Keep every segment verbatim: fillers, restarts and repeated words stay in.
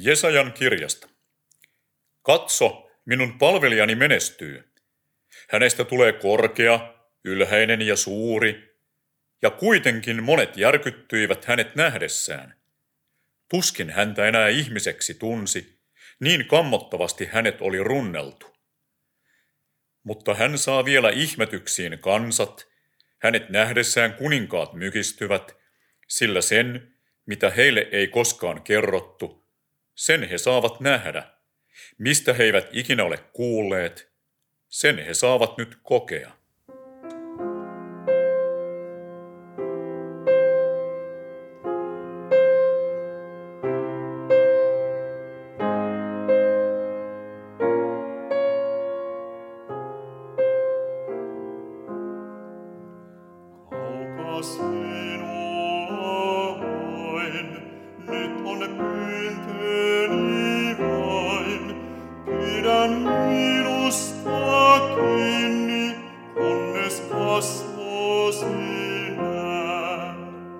Jesajan kirjasta. Katso, minun palvelijani menestyy. Hänestä tulee korkea, ylhäinen ja suuri, ja kuitenkin monet järkyttyivät hänet nähdessään. Tuskin häntä enää ihmiseksi tunsi, niin kammottavasti hänet oli runneltu. Mutta hän saa vielä ihmetyksiin kansat, hänet nähdessään kuninkaat mykistyvät, sillä sen, mitä heille ei koskaan kerrottu, sen he saavat nähdä. Mistä he eivät ikinä ole kuulleet, sen he saavat nyt kokea. Nyt on pyyntöni vain, pidän minusta kiinni, kunnes kasvoo sinä.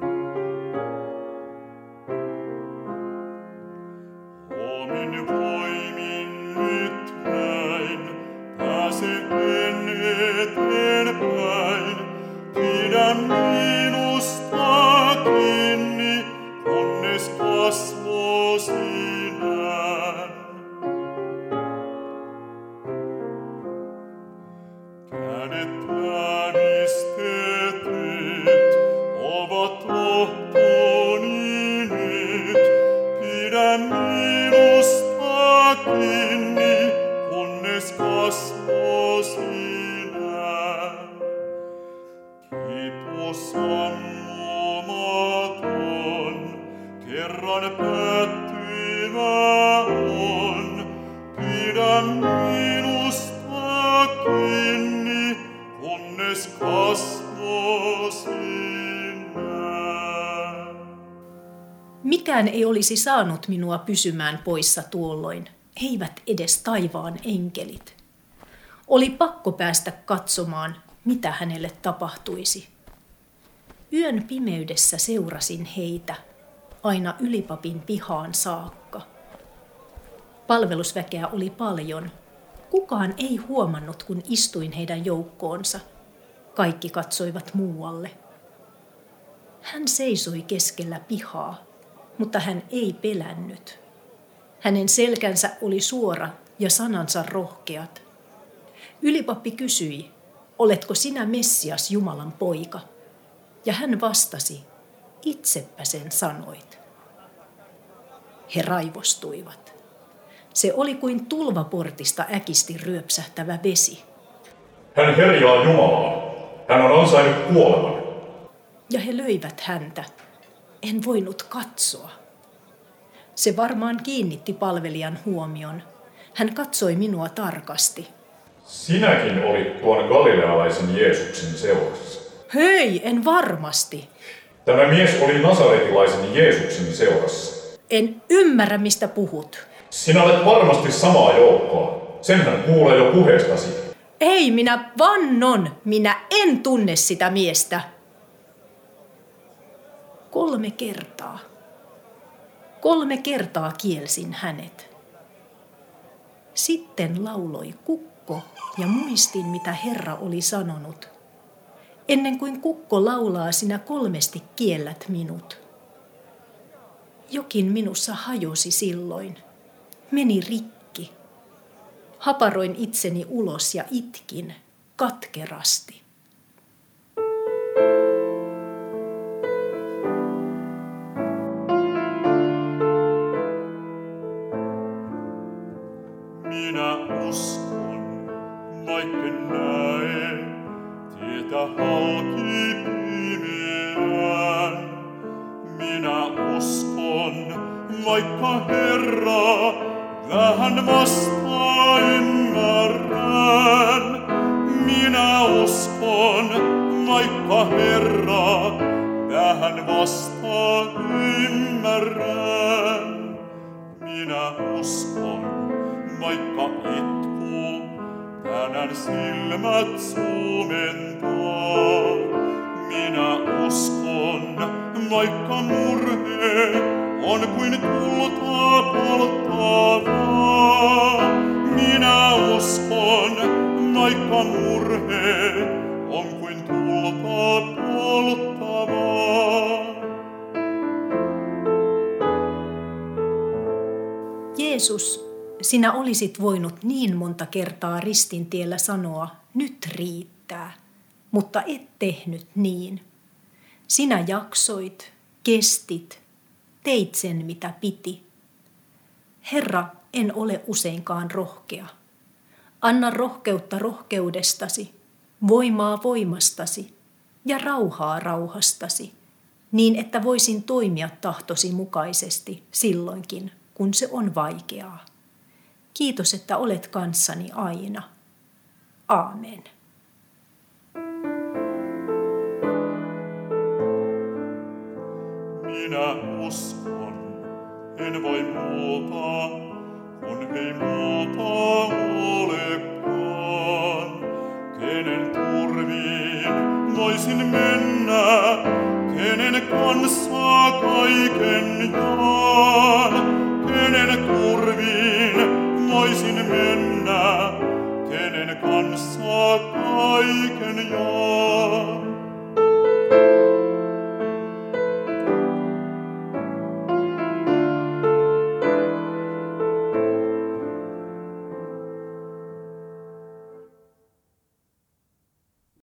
Omin voimin nyt näin, pääsen eteenpäin, pidän minusta kiinni, kunnes kasvoo sinään. Kädet äänistetyt ovat lohtoni nyt. Pidän minusta kiinni, kunnes kasvoo sinään. Kipu sammumaton, kerran päättyvä on. Pidän minusta kiinni, kunnes kasvoo sinä. Mikään ei olisi saanut minua pysymään poissa tuolloin, eivät edes taivaan enkelit. Oli pakko päästä katsomaan, mitä hänelle tapahtuisi. Yön pimeydessä seurasin heitä, aina ylipapin pihaan saakka. Palvelusväkeä oli paljon. Kukaan ei huomannut, kun istuin heidän joukkoonsa. Kaikki katsoivat muualle. Hän seisoi keskellä pihaa, mutta hän ei pelännyt. Hänen selkänsä oli suora ja sanansa rohkeat. Ylipappi kysyi, oletko sinä Messias, Jumalan poika? Ja hän vastasi, itsepä sen sanoit. He raivostuivat. Se oli kuin tulvaportista äkisti ryöpsähtävä vesi. Hän herjaa Jumalaa. Hän on ansainnut kuoleman. Ja he löivät häntä. En voinut katsoa. Se varmaan kiinnitti palvelijan huomion. Hän katsoi minua tarkasti. Sinäkin olit tuon galilealaisen Jeesuksen seurassa. Hei, en varmasti. Tämä mies oli nasaretilaisen Jeesuksen seurassa. En ymmärrä, mistä puhut. Sinä olet varmasti samaa joukkoa. Senhän kuulee jo puheestasi. Ei, minä vannon. Minä en tunne sitä miestä. Kolme kertaa. Kolme kertaa kielsin hänet. Sitten lauloi kukko ja muistin, mitä Herra oli sanonut. Ennen kuin kukko laulaa, sinä kolmesti kiellät minut. Jokin minussa hajosi silloin. Meni rikki. Haparoin itseni ulos ja itkin katkerasti. Minä uskon, vaikken näe, tietä halki pimeään. Minä uskon, vaikka Herra vähän vasta ymmärrän. Minä uskon, vaikka Herra vähän vasta ymmärrän. Minä uskon, vaikka itku tänään silmät sumentaa. Minä uskon, vaikka murhe on kuin tulta polttavaa. Minä uskon, vaikka murhe on kuin tulta polttavaa. Jeesus, sinä olisit voinut niin monta kertaa ristin tiellä sanoa, nyt riittää, mutta et tehnyt niin. Sinä jaksoit, kestit, teit sen mitä piti. Herra, en ole useinkaan rohkea. Anna rohkeutta rohkeudestasi, voimaa voimastasi ja rauhaa rauhastasi, niin että voisin toimia tahtosi mukaisesti silloinkin, kun se on vaikeaa. Kiitos, että olet kanssani aina. Aamen. Minä uskon, en voi muuta, kun ei muuta olekaan. Kenen turviin voisin mennä, kenen kanssa kaiken jaan.